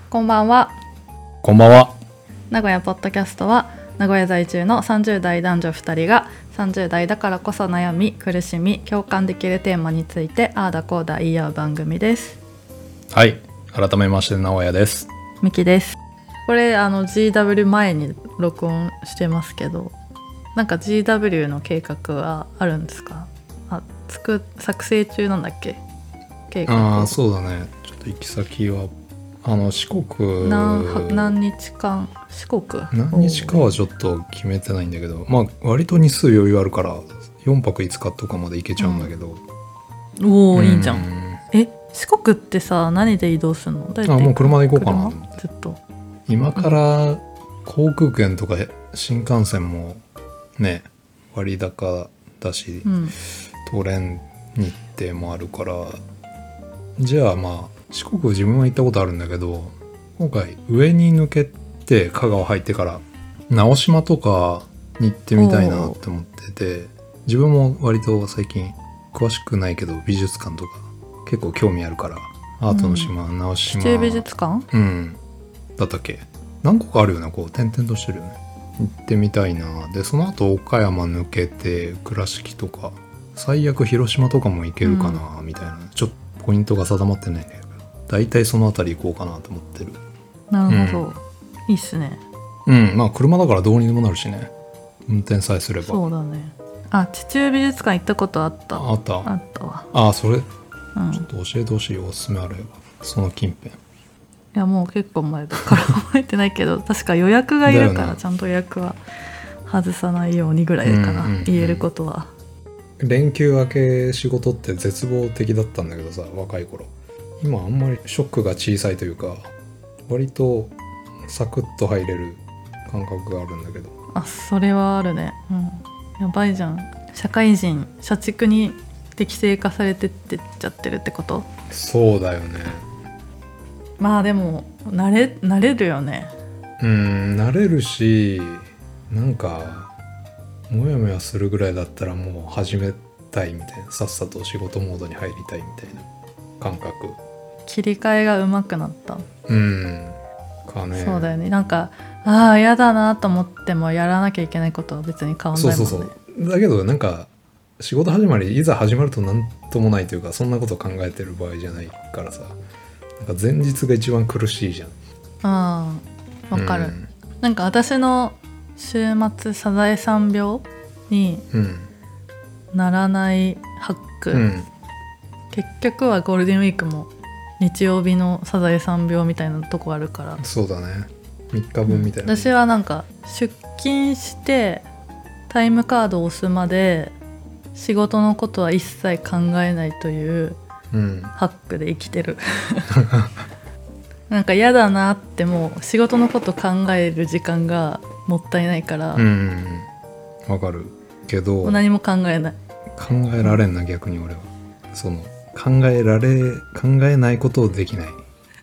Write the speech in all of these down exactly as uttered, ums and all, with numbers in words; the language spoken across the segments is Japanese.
こんばんは。 こんばんは。 名古屋ポッドキャストは名古屋在住のさんじゅう代男女ふたりがさんじゅう代だからこそ悩み苦しみ共感できるテーマについてああだこうだ言い合う番組です。 はい、改めまして名古屋です。 みきです。これあの ジーダブリュー 前に録音してますけど、なんか ジーダブリュー の計画はあるんですか？あ、つく作成中なんだっけ？計画。 ああ、そうだね。ちょっと行き先はあの四国何, 何日間四国何日かはちょっと決めてないんだけど、まあ割と日数余裕あるからよんぱくいつかとかまで行けちゃうんだけど、 うん、おお、いいじゃん。え、四国ってさ何で移動するの？ あ、もう車で行こうかなと思って。 ずっと今から航空券とか新幹線もね割高だし、うん、通れん日程もあるから、じゃあまあ四国自分は行ったことあるんだけど、今回上に抜けて香川入ってから直島とかに行ってみたいなって思ってて、自分も割と最近詳しくないけど美術館とか結構興味あるから、アートの島、うん、直島地中美術館、 うんだったっけ、何個かあるよね、こう点々としてるよね。行ってみたいな。でその後岡山抜けて倉敷とか最悪広島とかも行けるかな、うん、みたいな、ちょっとポイントが定まってないんだけど、だいたいそのあたり行こうかなと思ってる。 なるほど、うん、いいっすね。 うん、まあ車だからどうにでもなるしね、運転さえすれば。 そうだね。あ、地中美術館行ったことあった。 あったあったわ。 あ、それ、 うん、 ちょっと教えてほしいよ、おすすめあれば、その近辺。 いやもう結構前だから覚えてないけど確か予約がいるからちゃんと予約は外さないようにぐらいかな、うんうんうん、言えることは。 連休明け仕事って絶望的だったんだけどさ、若い頃。今あんまりショックが小さいというか、割とサクッと入れる感覚があるんだけど。 あ、それはあるね、うん、やばいじゃん。社会人社畜に適正化されてってっちゃってるってこと？ そうだよね。 まあでも慣れ慣れるよね。 うん、慣れるし、なんかモヤモヤするぐらいだったらもう始めたいみたいな、さっさと仕事モードに入りたいみたいな感覚。 切り替えが上手くなった。 うんかね。 そうだよね。なんかああ嫌だなと思ってもやらなきゃいけないことは別に変わんないもんね。 そうそうそう。だけどなんか仕事始まりいざ始まるとなんともないというか、そんなこと考えてる場合じゃないからさ、なんか前日が一番苦しいじゃん。 ああ、わかる、うん、なんか私の週末サザエさん病にならないハック、うん、結局はゴールデンウィークも日曜日のサザエさん病みたいなとこあるから。 そうだね、みっかぶんみたいな、 うん、私はなんか出勤してタイムカードを押すまで仕事のことは一切考えないというハックで生きてる、うん、なんか嫌だなって、もう仕事のこと考える時間がもったいないから。 うんわかるけどもう何も考えない。 考えられんな、逆に俺は。その考えられ考えないことをできない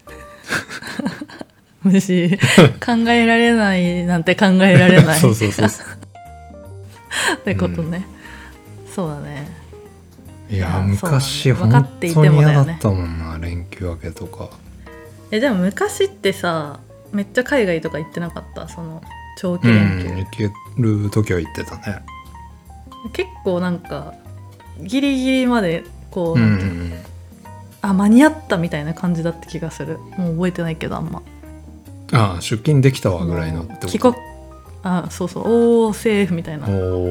無視考えられないなんて考えられないそうそうそうそうってことね、うん、そうだね。 いや昔本当に嫌だったもんな、連休明けとか。 えでも昔ってさめっちゃ海外とか行ってなかった？その長期連休、 うん、行ける時は行ってたね。 結構なんかギリギリまでこう、なんていうの、うん、あ間に合ったみたいな感じだった気がする。もう覚えてないけどあんま。 ああ出勤できたわぐらいのってこと。 帰国あそうそうおーセーフみたいな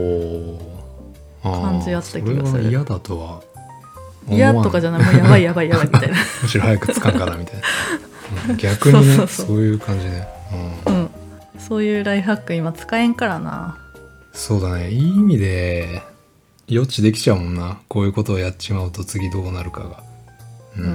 感じやった気がする。 それは嫌だとは嫌とかじゃない、もうやばいやばいやばいみたいなむしろ早くつかんかなみたいな、うん、逆にねそうそうそう、そういう感じね、うん、うん、 そういうライフハック今使えんからな。 そうだね、いい意味で予知できちゃうもんな、こういうことをやっちまうと次どうなるかが、うんうん、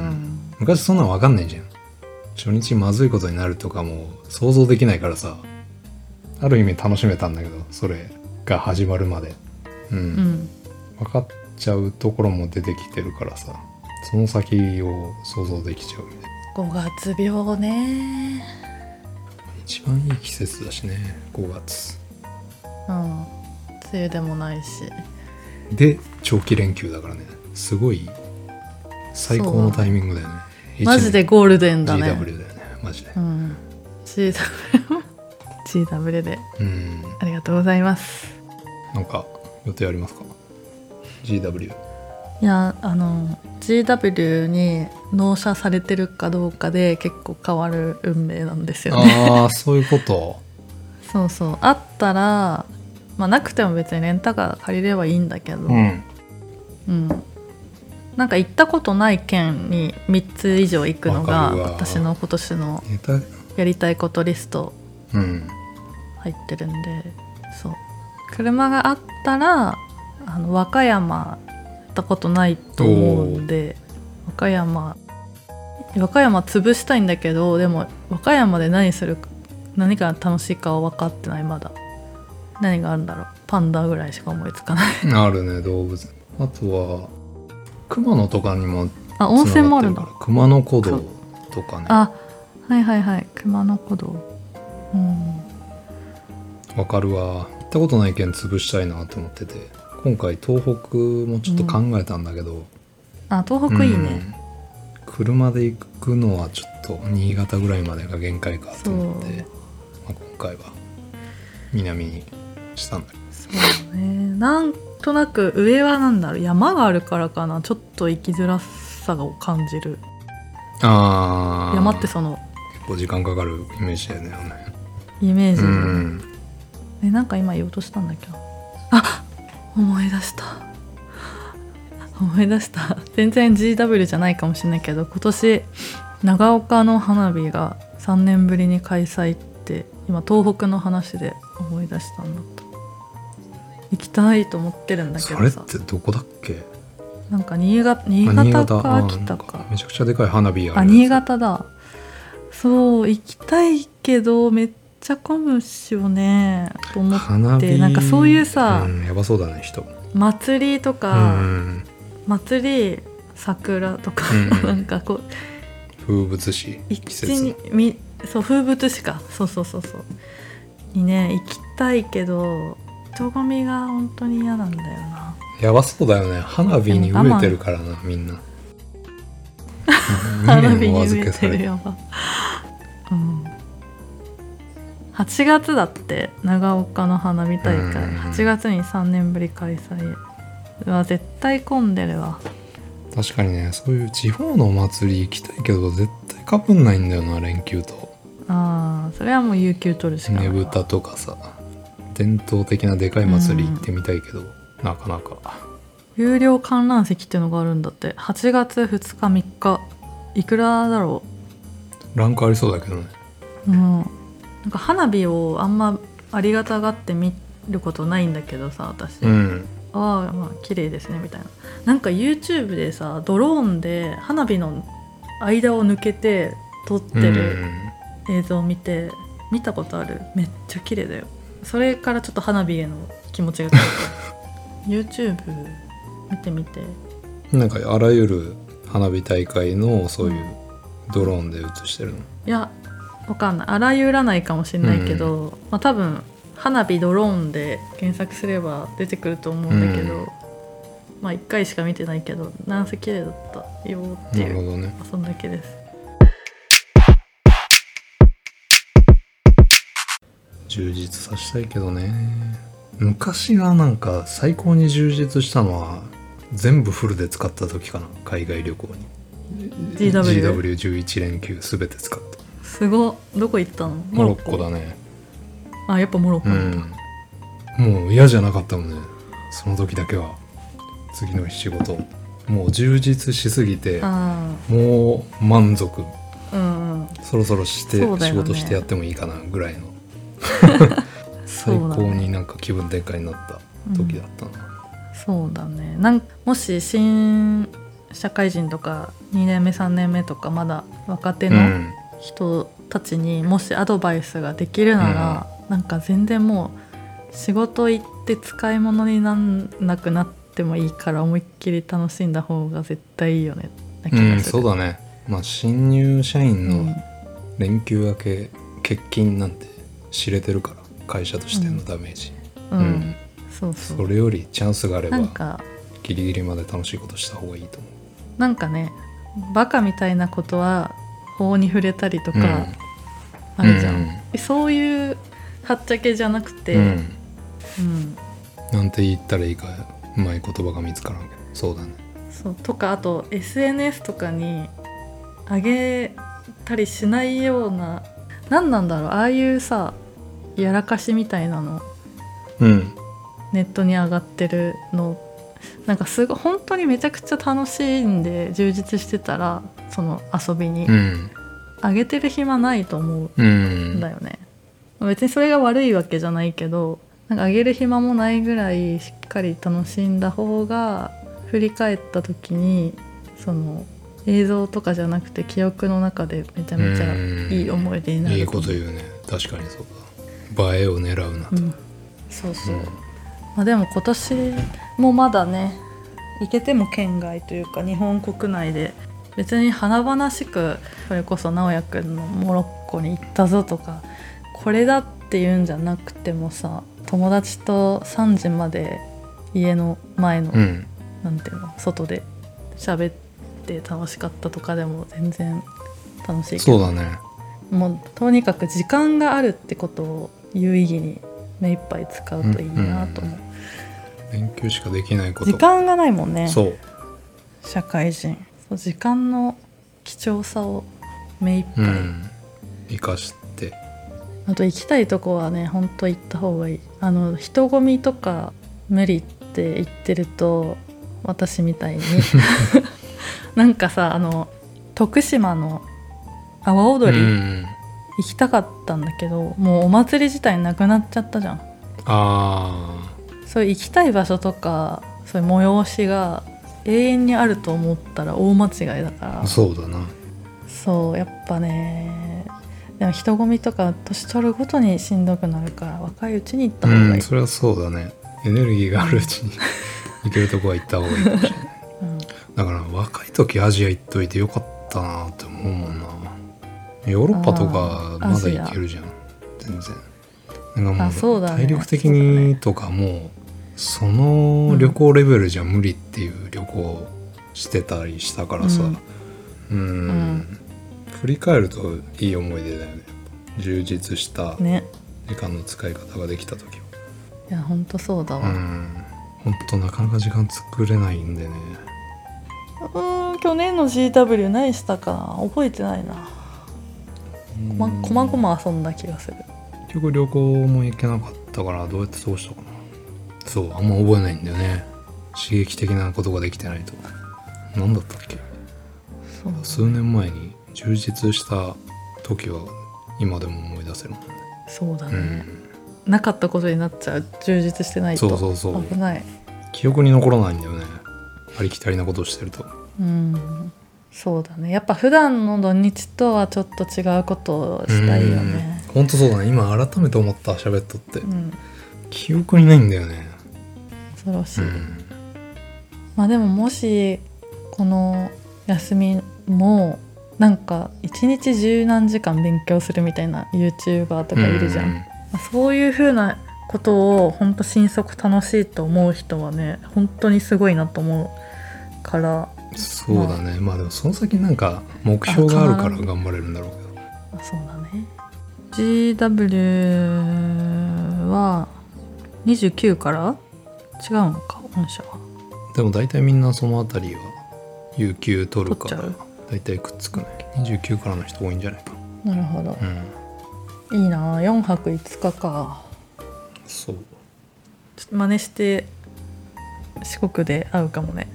昔そんなの分かんないじゃん。初日まずいことになるとかも想像できないからさ、ある意味楽しめたんだけど、それが始まるまで、うん、うん、分かっちゃうところも出てきてるからさ、その先を想像できちゃうみたいな。 ごがつ病ね、 一番いい季節だしね、ごがつ。 うん、梅雨でもないしで長期連休だからね、すごい最高のタイミングだよね。 マジでゴールデンだね。 ジーダブリュー だよね、 マジで。 うん、ジーダブリュー ジーダブリュー で、うん、ありがとうございます。 なんか予定ありますか？ ジーダブリュー。 いや、あの ジーダブリュー に納車されてるかどうかで結構変わる運命なんですよね。 ああ、そういうこと。 そうそう、あったら、まあ、なくても別にレンタカー借りればいいんだけど、うん、うん、なんか行ったことない県にみっつ以上行くのが私の今年のやりたいことリスト入ってるんで、うん、そう、車があったらあの和歌山行ったことないと思うんで、和歌山和歌山潰したいんだけど、でも和歌山で何する何が楽しいかは分かってない。まだ何があるんだろう。パンダぐらいしか思いつかない。 あるね、動物。あとは熊野とかにもあ、温泉もあるんだ。 熊野古道とかね。 あ、はいはいはい、熊野古道。うん。 わかるわ。行ったことない県潰したいなと思ってて、今回東北もちょっと考えたんだけど、うん、 あ、東北いいね、うん、 車で行くのはちょっと新潟ぐらいまでが限界かと思って、まあ、今回は南にしたんだけど。 そうね、なんとなく上はなんだろう、山があるからかな、ちょっと行きづらさを感じる。 ああ、 山ってその結構時間かかるイメージだよね。 イメージ、うん、え、なんか今言おうとしたんだっけ。あ、思い出した思い出した全然 ジーダブリュー じゃないかもしれないけど、今年長岡の花火がさんねんぶりに開催って今東北の話で思い出したんだった。行きたいと思ってるんだけどさ。 それってどこだっけ？ なんか新潟、新潟か秋田か。 めちゃくちゃでかい花火ある。 あ、新潟だ。そう行きたいけどめっちゃ混むしよねと思って。花火なんかそういうさ、 うん、やばそうだね人。 祭りとか、うん、祭り桜とか、うん、なんかこう風物詩季節にみそう風物詩かそうそうそうそうにね行きたいけど人混みが本当に嫌なんだよな。 やばそうだよね。花火に飢えてるからなみんな。 花火に飢えてるやば。うん。はちがつだって長岡の花火大会、はちがつにさんねんぶり開催。うわ絶対混んでるわ。 確かにね、そういう地方のお祭り行きたいけど絶対かぶんないんだよな連休と。 ああ、それはもう有給取るしかない。 ねぶたとかさ伝統的なでかい祭り行ってみたいけど、うん、なかなか。 有料観覧席っていうのがあるんだって。はちがつふつかみっかいくらだろう。ランクありそうだけどね。 うん、なんか花火をあんまありがたがって見ることないんだけどさ私、うん、ああまあ綺麗ですねみたいな。なんか YouTube でさドローンで花火の間を抜けて撮ってる映像を見て、うん、見たことある。めっちゃ綺麗だよ。それからちょっと花火への気持ちがYouTube 見てみて。 なんかあらゆる花火大会のそういうドローンで映してるの、うん、 いやわかんない。あらゆらないかもしれないけど、うん、まあ、多分花火ドローンで検索すれば出てくると思うんだけど、うん、まあいっかいしか見てないけどなんせ綺麗だったよっていう、ね、そんだけです。 充実させたいけどね。昔はなんか最高に充実したのは全部フルで使った時かな。海外旅行に ジーダブリュー ジーダブリューじゅういち 連休すべて使った。 すごっ。どこ行ったの？ モロッコだね。 あ、やっぱモロッコなんだ、 うん、もう嫌じゃなかったもんねその時だけは。次の日仕事もう充実しすぎてもう満足、うんうん、そろそろして、ね、仕事してやってもいいかなぐらいの最高になんか気分転換になった時だったな。 そうだね。なんもし新社会人とかにねんめさんねんめとかまだ若手の人たちにもしアドバイスができるなら、うん、なんか全然もう仕事行って使い物になんなくなってもいいから思いっきり楽しんだ方が絶対いいよねな気がする、うん、 そうだね。まあ新入社員の連休明け欠勤なんて知れてるから会社としてのダメージ、うんうん、そうそう。それよりチャンスがあればギリギリまで楽しいことした方がいいと思う。 なんかねバカみたいなことは法に触れたりとかあるじゃん、うんうん、そういうはっちゃけじゃなくて、うんうん、なんて言ったらいいかうまい言葉が見つからんけど、そうだね。 そうとか、あと エスエヌエス とかに上げたりしないような、何なんだろう、ああいうさやらかしみたいなの、 うん、 ネットに上がってるの、なんかすごい本当にめちゃくちゃ楽しんで充実してたら、その遊びに、うん、上げてる暇ないと思うんだよね、うん、別にそれが悪いわけじゃないけど、なんか上げる暇もないぐらいしっかり楽しんだ方が振り返った時にその映像とかじゃなくて記憶の中でめちゃめちゃいい思い出になる。 いいこと言うね。確かにそうだ。映えを狙うなと、うん、 そうそう、うん、まあ、でも今年もまだね行けても県外というか日本国内で別に華々しくそれこそ直哉くんのモロッコに行ったぞとかこれだっていうんじゃなくてもさ、友達とさんじまで家の前の、うん、なんていうの外で喋って楽しかったとかでも全然楽しいけど、 そうだね、 もうとにかく時間があるってことを有意義に目いっぱい使うといいなと思う、 うんうん、勉強しかできないこと、 時間がないもんね。 そう、 社会人、そう時間の貴重さを目いっぱい、うん、 生かして、 あと行きたいとこはね本当行った方がいい。あの人混みとか無理って言ってると私みたいになんかさ、あの徳島の阿波踊り、うん、行きたかったんだけどもうお祭り自体なくなっちゃったじゃん。 あそういう行きたい場所とかそういう催しが永遠にあると思ったら大間違いだから。 そうだな。 そうやっぱね、でも人混みとか年取るごとにしんどくなるから若いうちに行った方がいい、うん、 それはそうだね。エネルギーがあるうちに行けるとこは行った方がいいかもしれない、うん、だから若い時アジア行っといてよかったなって思うもんな。ヨーロッパとかまだ行けるじゃん全然。なんかもう体力的にとかもうその旅行レベルじゃ無理っていう旅行してたりしたからさ、うん、うんうん、振り返るといい思い出だよね。充実した時間の使い方ができた時は、ね、 いやほんとそうだわ。うん、 ほんとなかなか時間作れないんでね。 うーん去年の ジーダブリュー 何したかな覚えてないな。こまこまごま遊んだ気がする。 結局旅行も行けなかったからどうやって過ごしたかな。そうあんま覚えないんだよね。刺激的なことができてないと。何だったっけ。そう数年前に充実した時は今でも思い出せるもんね。 そうだね、うん、なかったことになっちゃう。充実してないと。 そうそうそう、 危ない。 記憶に残らないんだよねありきたりなことをしてると。 うん、そうだね。やっぱ普段の土日とはちょっと違うことをしたいよね。 ほんとそうだね。今改めて思った。喋っとって、うん、記憶にないんだよね。 恐ろしい、うん、まあでももしこの休みもなんか一日十何時間勉強するみたいな YouTuber とかいるじゃん、うん、そういう風なことを本当心底楽しいと思う人はね本当にすごいなと思うから。 そうだね、まあ、まあでもその先なんか目標があるから頑張れるんだろうけど。 あそうだね。 ジーダブリュー はにじゅうきゅうから違うのか御社は。でも大体みんなそのあたりは有給取るから大体くっつくね。にじゅうきゅうからの人多いんじゃないかな。なるほど、うん、いいな。よんはくいつかか。 そうちょっと真似して四国で会うかもね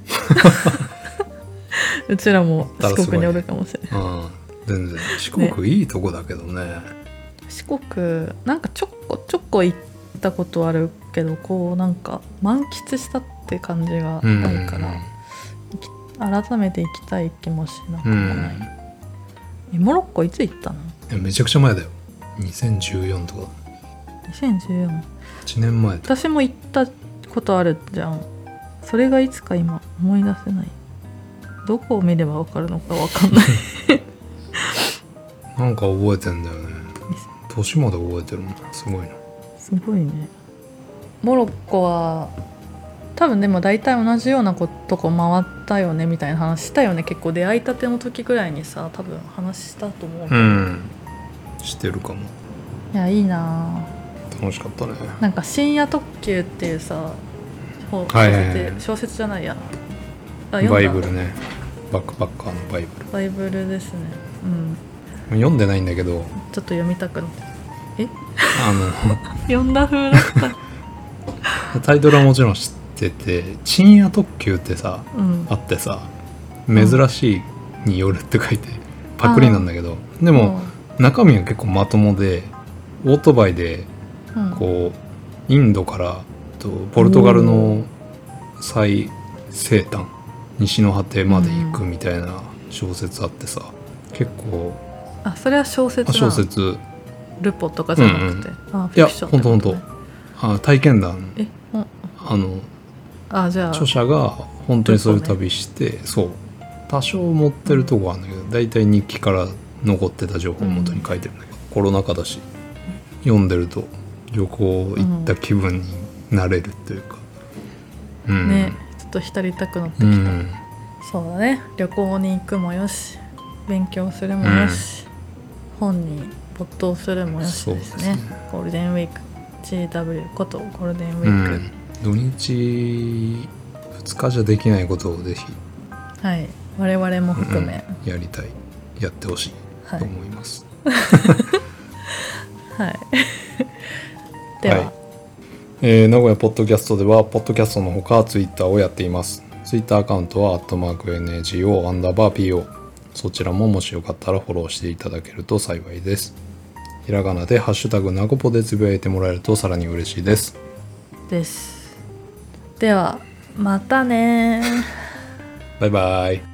うちらも四国におるかもしれない、 ね、うん、全然四国いいとこだけど ね, ね四国なんかちょこちょこ行ったことあるけどこうなんか満喫したって感じがないから、うん、改めて行きたい気もしなくもない、うん、モロッコいつ行ったの。 いやめちゃくちゃ前だよ。にせんじゅうよんとか。 にせんじゅうよん、いちねんまえ。 私も行ったことあるじゃん。それがいつか今思い出せない。どこを見れば分かるのか分かんないなんか覚えてんだよね。年まで覚えてるもん。すごいな。 すごいね。モロッコは多分でも大体同じようなことこ回ったよねみたいな話したよね。結構出会いたての時ぐらいにさ多分話したと思う。 うんしてるかも。 いやいいな。 楽しかったね。 なんか深夜特急っていうさ小説、 はいはいはい、 小説じゃないやバイブルね。バックパッカーのバイブルバイブルですね。 うん読んでないんだけどちょっと読みたくなってえあの読んだ風だったタイトルはもちろん知ってて深夜特急ってさ、うん、あってさ珍しいによるって書いてパクリなんだけど、でも、うん、中身は結構まともでオートバイでこう、うん、インドからとポルトガルの最西端西の果てまで行くみたいな小説あってさ、結構あそれは小説なの？ 小説ルポとかじゃなくて、うんうん、あフィクションってことね。いやほんとほんとあ体験談えあのあじゃあ著者が本当にそういう旅して、ね、そう多少持ってるとこあるんだけど、だいたい日記から残ってた情報を元に書いてるんだけど、うん、コロナ禍だし読んでると旅行行った気分になれるっていうか、 うん、ねちょっと浸りたくなってきた、うん、そうだね。旅行に行くもよし勉強するもよし、うん、本に没頭するもよしですね。ゴールデンウィーク ジーダブリュー ことゴールデンウィーク、 うん、土日ふつかじゃできないことをぜひはい我々も含め、 うん、やりたいやってほしいと思います。 はい、はい、では、はいえー、名古屋ポッドキャストではポッドキャストのほかツイッターをやっています。ツイッターアカウントはアットマーク エヌエージーオー アンダーバー ピーオー、 そちらももしよかったらフォローしていただけると幸いです。ひらがなでハッシュタグなごぽでつぶやいてもらえるとさらに嬉しいですです。ではまたねバイバイ。